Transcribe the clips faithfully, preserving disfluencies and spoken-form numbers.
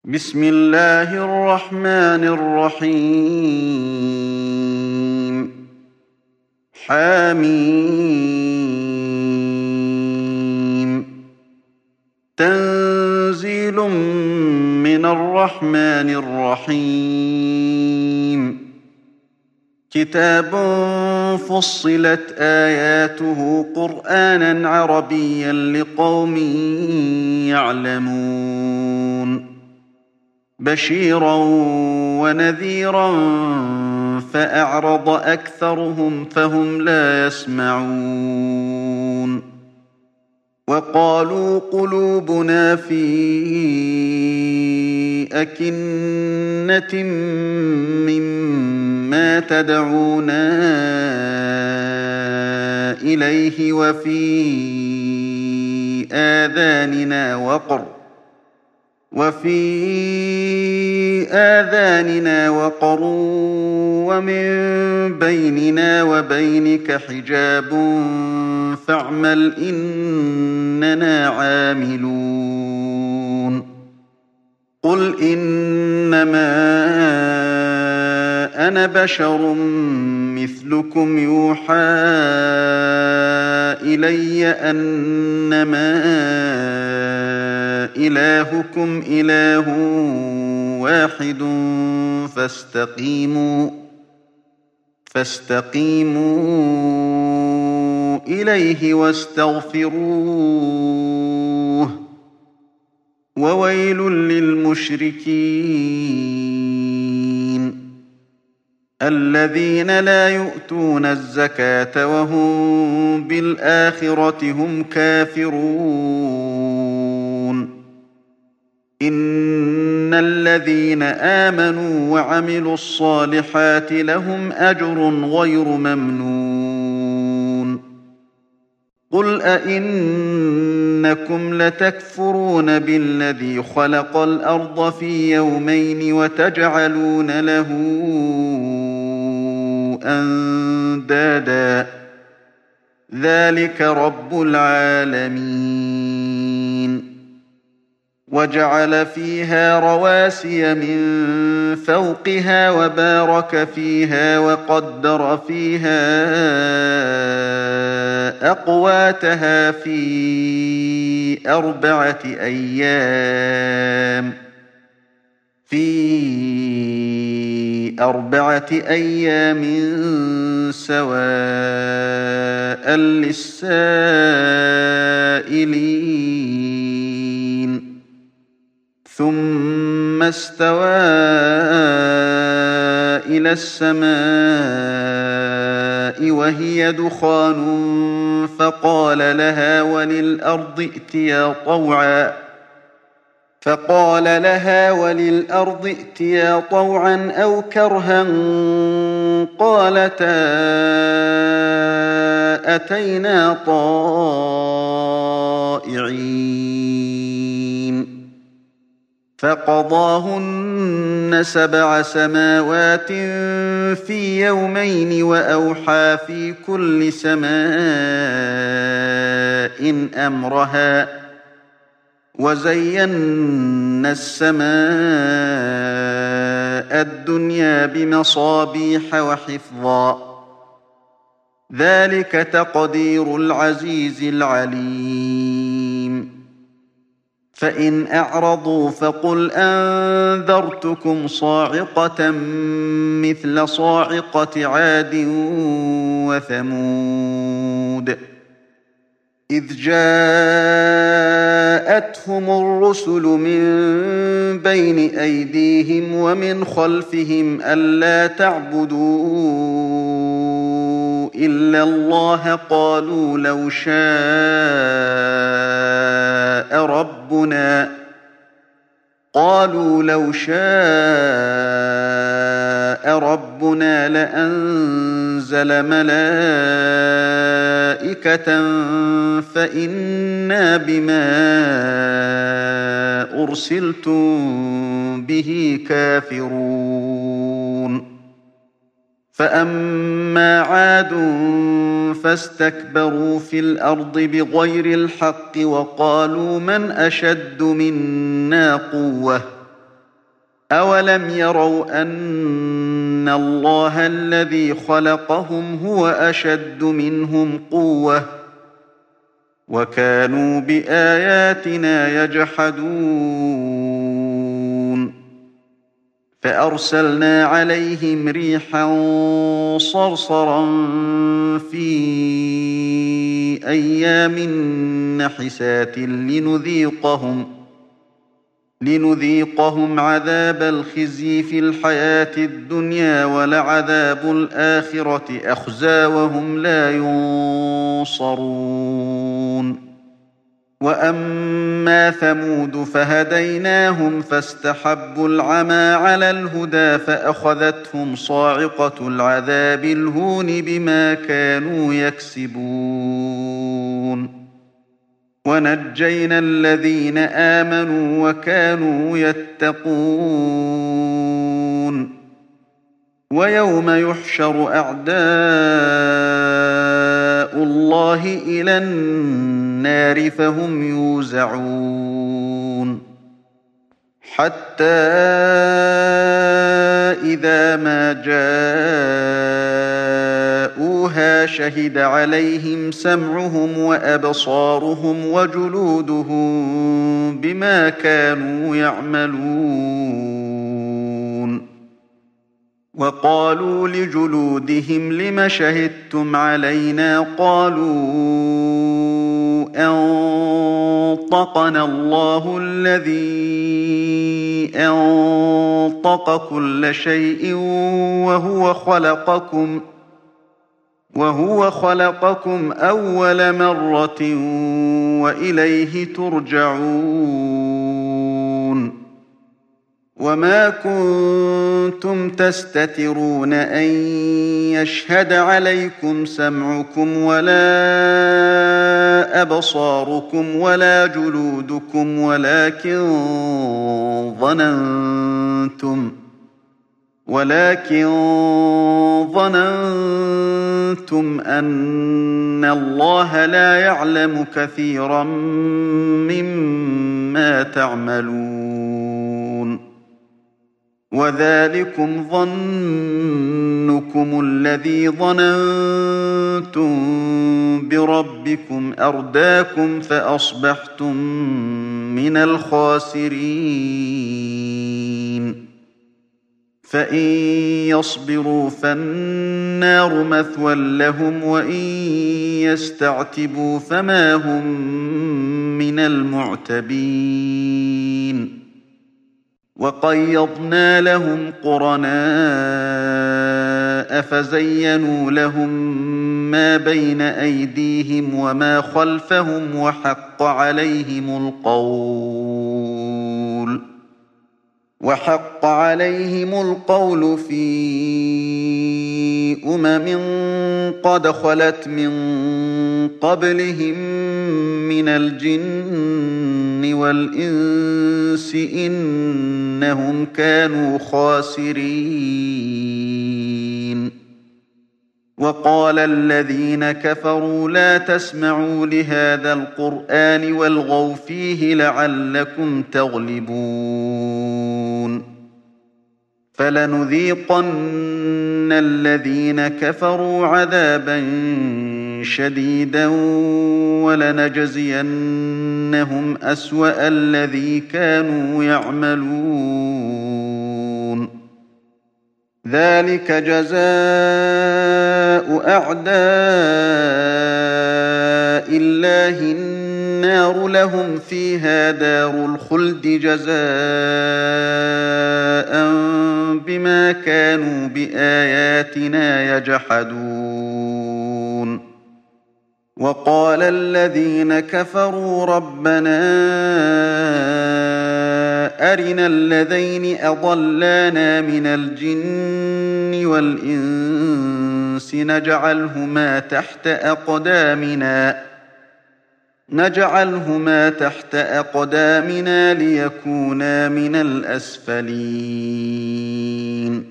بسم الله الرحمن الرحيم. حميم. تنزيل من الرحمن الرحيم. كتاب فصلت آياته قرآنا عربيا لقوم يعلمون بشيرا ونذيرا فأعرض أكثرهم فهم لا يسمعون. وقالوا قلوبنا في أكنة مما تدعونا إليه وفي آذاننا وقر وفي آذاننا وقر ومن بيننا وبينك حجاب فاعمل إننا عاملون. قل إنما أنا بشر مثلكم يوحى إلي أنما إلهكم إله واحد فاستقيموا فاستقيموا إليه واستغفروه وويل للمشركين الذين لا يؤتون الزكاة وهم بالآخرة هم كافرون. إن الذين آمنوا وعملوا الصالحات لهم أجر غير ممنون. قل أئنكم لتكفرون بالذي خلق الأرض في يومين وتجعلون له أندادا ذلك رب العالمين. وجعل فيها رواسي من فوقها وبارك فيها وقدر فيها أقواتها في أربعة أيام في أربعة أيام سواء للسائلين. ثم استوى إلى السماء وهي دخان فقال لها وللأرض ائتيا طوعا فقال لها وللأرض ائتيا طوعا أو كرها قالتا أتينا طائعين. فقضاهن سبع سماوات في يومين وأوحى في كل سماء أمرها وزينا السماء الدنيا بمصابيح وحفظا ذلك تقدير العزيز العليم. فإن أعرضوا فقل أنذرتكم صاعقة مثل صاعقة عاد وثمود إذ جاءتهم الرسل من بين أيديهم ومن خلفهم ألا تعبدوا إلا الله قالوا لو شاء ربنا قالوا لو شاء ربنا لأنزل ملائكة فإنا بما أرسلتم به كافرون. فأما عاد فاستكبروا في الأرض بغير الحق وقالوا من أشد منا قوة أولم يروا أن الله الذي خلقهم هو أشد منهم قوة وكانوا بآياتنا يجحدون فأرسلنا عليهم ريحا صرصرا في أيام نحسات لنذيقهم لنذيقهم عذاب الخزي في الحياة الدنيا ولعذاب الآخرة أخزى وهم لا ينصرون وأما ثمود فهديناهم فاستحبوا العمى على الهدى فأخذتهم صاعقة العذاب الهون بما كانوا يكسبون ونجينا الذين آمنوا وكانوا يتقون ويوم يحشر أعداء الله إلى النار فهم يوزعون حتى إذا ما جاءوها شهد عليهم سمعهم وأبصارهم وجلودهم بما كانوا يعملون وقالوا لجلودهم لم شهدتم علينا قالوا أنطقنا الله الذي أنطق كل شيء وهو خلقكم وهو خلقكم أول مرة وإليه ترجعون وما كنتم تستترون أن يشهد عليكم سمعكم ولا أبصاركم ولا جلودكم ولكن ظننتم ولكن ظننتم أن الله لا يعلم كثيرا مما تعملون وذلكم ظنكم الذي ظننتم بربكم أرداكم فأصبحتم من الخاسرين فإن يصبروا فالنار مثوى لهم وإن يستعتبوا فما هم من المعتبين وقيضنا لهم قرناء فزينوا لهم ما بين أيديهم وما خلفهم وحق عليهم القول وحق عليهم القول في أمم قد خلت من قبلهم من الجن والإنس إنهم كانوا خاسرين وقال الذين كفروا لا تسمعوا لهذا القرآن والغوا فيه لعلكم تغلبون فلنذيقن الذين كفروا عذابا شديدا ولنجزينهم أسوأ الذي كانوا يعملون ذلك جزاء أعداء الله النار لهم فيها دار الخلد جزاء بما كانوا بآياتنا يجحدون وقال الذين كفروا ربنا أرنا الذين أضلانا من الجن والإنس نجعلهما تحت أقدامنا نجعلهما تحت أقدامنا ليكونا من الأسفلين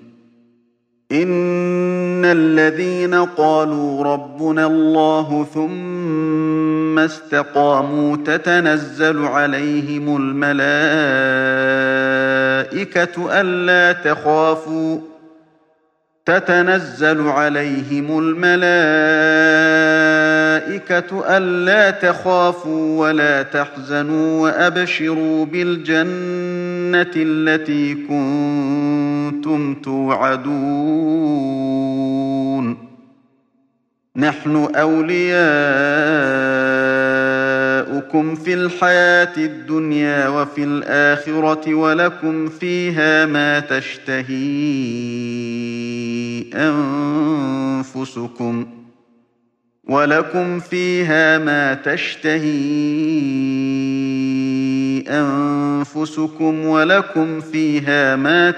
إن الذين قالوا ربنا الله ثم ثم استقاموا تتنزل عليهم الملائكة ألا تخافوا تتنزل عليهم الملائكة ألا تخافوا ولا تحزنوا وأبشروا بالجنة التي كنتم توعدون نحن أولياؤكم في الحياة الدنيا وفي الآخرة ولكم فيها ما تشتهي أنفسكم ولكم فيها ما تشتهي أنفسكم ولكم فيها ما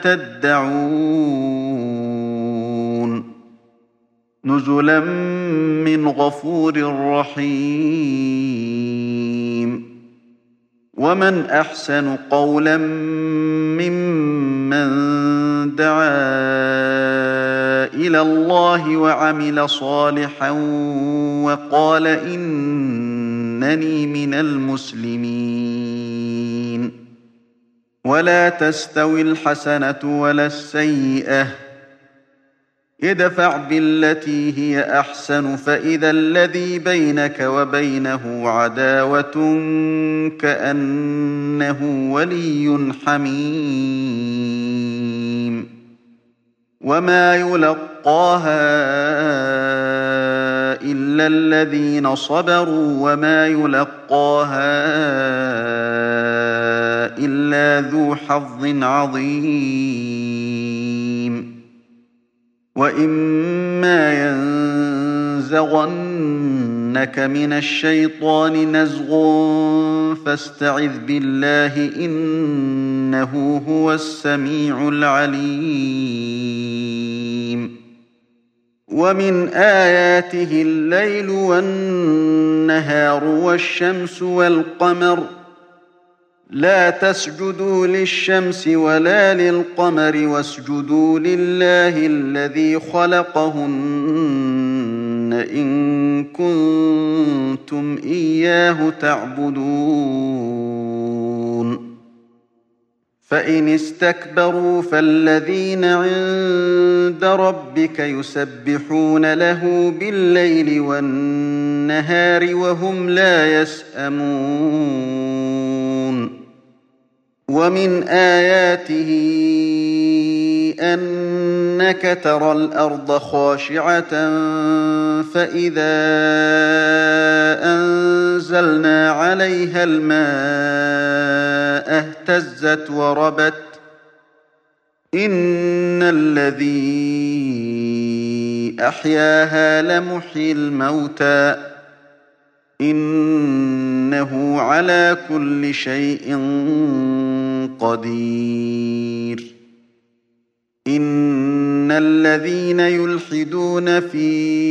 تدعون نزلا من غفور رحيم ومن أحسن قولا ممن دعا إلى الله وعمل صالحا وقال إنني من المسلمين ولا تستوي الحسنة ولا السيئة ادفع بالتي هي أحسن فإذا الذي بينك وبينه عداوة كأنه ولي حميم وما يلقاها إلا الذين صبروا وما يلقاها إلا ذو حظ عظيم وإما ينزغنك من الشيطان نزغ فاستعذ بالله إنه هو السميع العليم ومن آياته الليل والنهار والشمس والقمر لا تسجدوا للشمس ولا للقمر واسجدوا لله الذي خلقهن إن كنتم إياه تعبدون فإن استكبروا فالذين عند ربك يسبحون له بالليل والنهار وهم لا يسأمون ومن آياته أنك ترى الأرض خاشعة فإذا أنزلنا عليها الماء اهتزت وربت إن الذي أحياها لمحيي الموتى إنه على كل شيء قدير إن الذين يلحدون في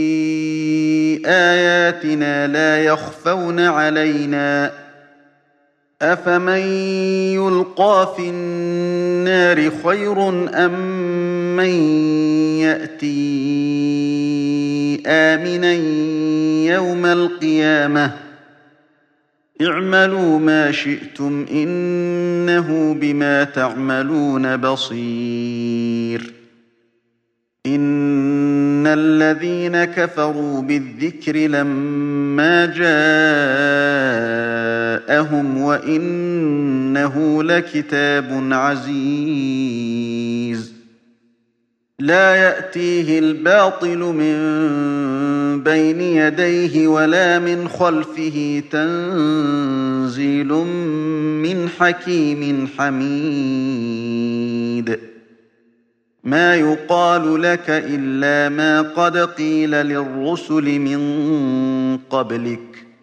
آياتنا لا يخفون علينا أفمن يلقى في النار خير أم من يأتي آمنا يوم القيامة اعملوا ما شئتم إنه بما تعملون بصير إن الذين كفروا بالذكر لما جاءهم وإنه لكتاب عزيز لا يأتيه الباطل من بين يديه ولا من خلفه تنزيل من حكيم حميد ما يقال لك إلا ما قد قيل للرسل من قبلك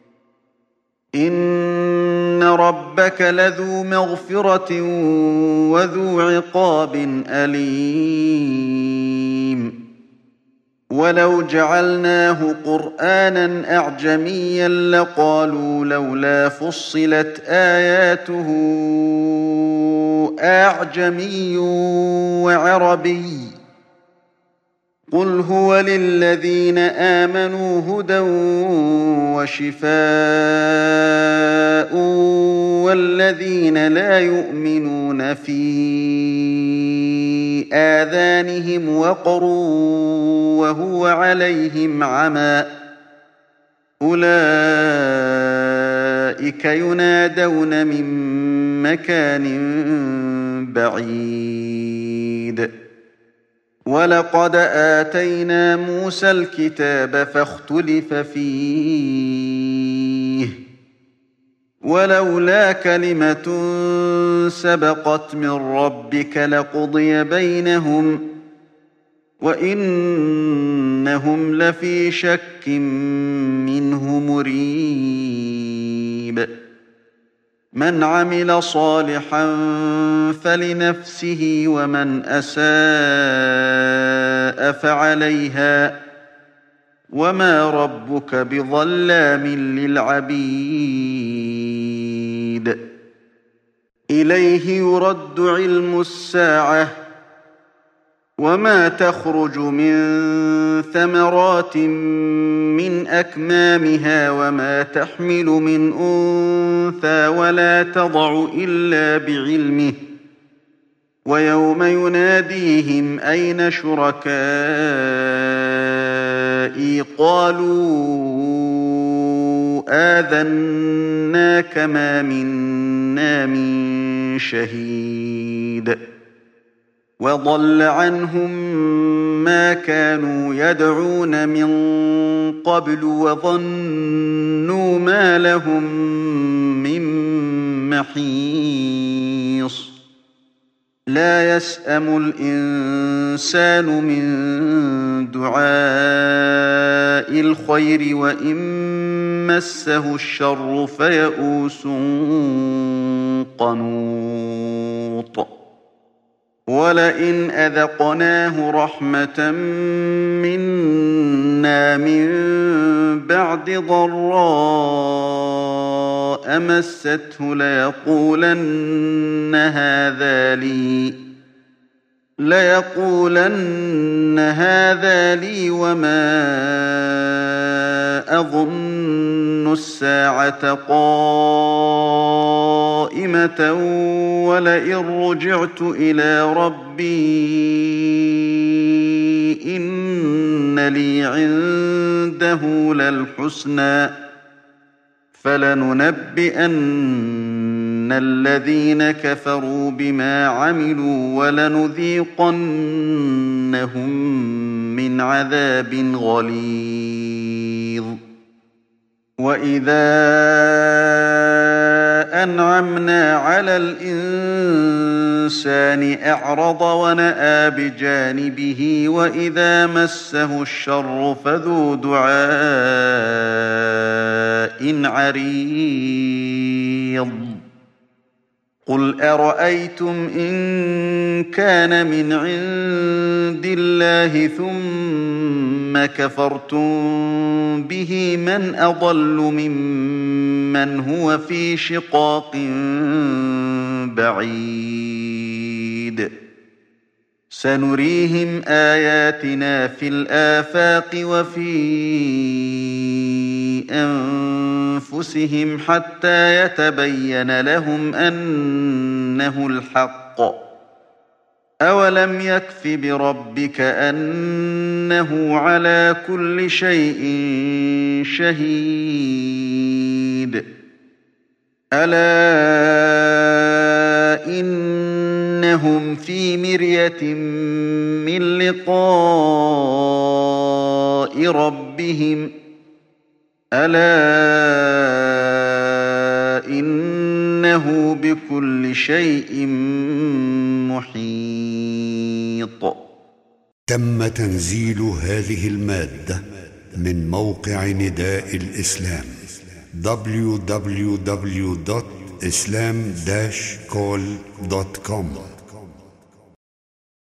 إن ربك لذو مغفرة وذو عقاب أليم ولو جعلناه قرآنا أعجميا لقالوا لولا فصلت آياته أعجمي وعربي قل هو للذين آمنوا هدى وشفاء والذين لا يؤمنون في آذانهم وقر وهو عليهم عمى أولئك ينادون من مكان بعيد ولقد آتينا موسى الكتاب فاختلف فيه ولولا كلمة سبقت من ربك لقضي بينهم وإنهم لفي شك منه مريب من عمل صالحا فلنفسه ومن أساء فعليها وما ربك بظلام للعبيد إليه يرد علم الساعة وما تخرج من ثمرات من أكمامها وما تحمل من أنثى ولا تضع إلا بعلمه ويوم يناديهم أين شركائي قالوا آذناك ما منا من شهيد وضل عنهم ما كانوا يدعون من قبل وظنوا ما لهم من محيص لا يسأم الإنسان من دعاء الخير وإن مسه الشر فيئوس قنوط ولئن أذقناه رحمة منا من بعد ضراء مسته ليقولن هذا لي ليقولن هذا لي وما أظن الساعة قائمة ولئن رجعت إلى ربي إن لي عنده للحسنى فلننبئن الذين كفروا بما عملوا ولنذيقنهم من عذاب غليظ وإذا أنعمنا على الإنسان أعرض ونأى بجانبه وإذا مسه الشر فذو دعاء عريض قل أرأيتم إن كان من عند الله ثم كفرتم به من أضل ممن هو في شقاق بعيد سنريهم آياتنا في الآفاق وفي أنفسهم حتى يتبين لهم أنه الحق أولم يكف بربك أنه على كل شيء شهيد ألا إنهم في مرية من لقاء ربهم ألا إنه بكل شيء محيط. تم تنزيل هذه المادة من موقع نداء الإسلام دبليو دبليو دبليو دوت إسلام داش كول دوت كوم.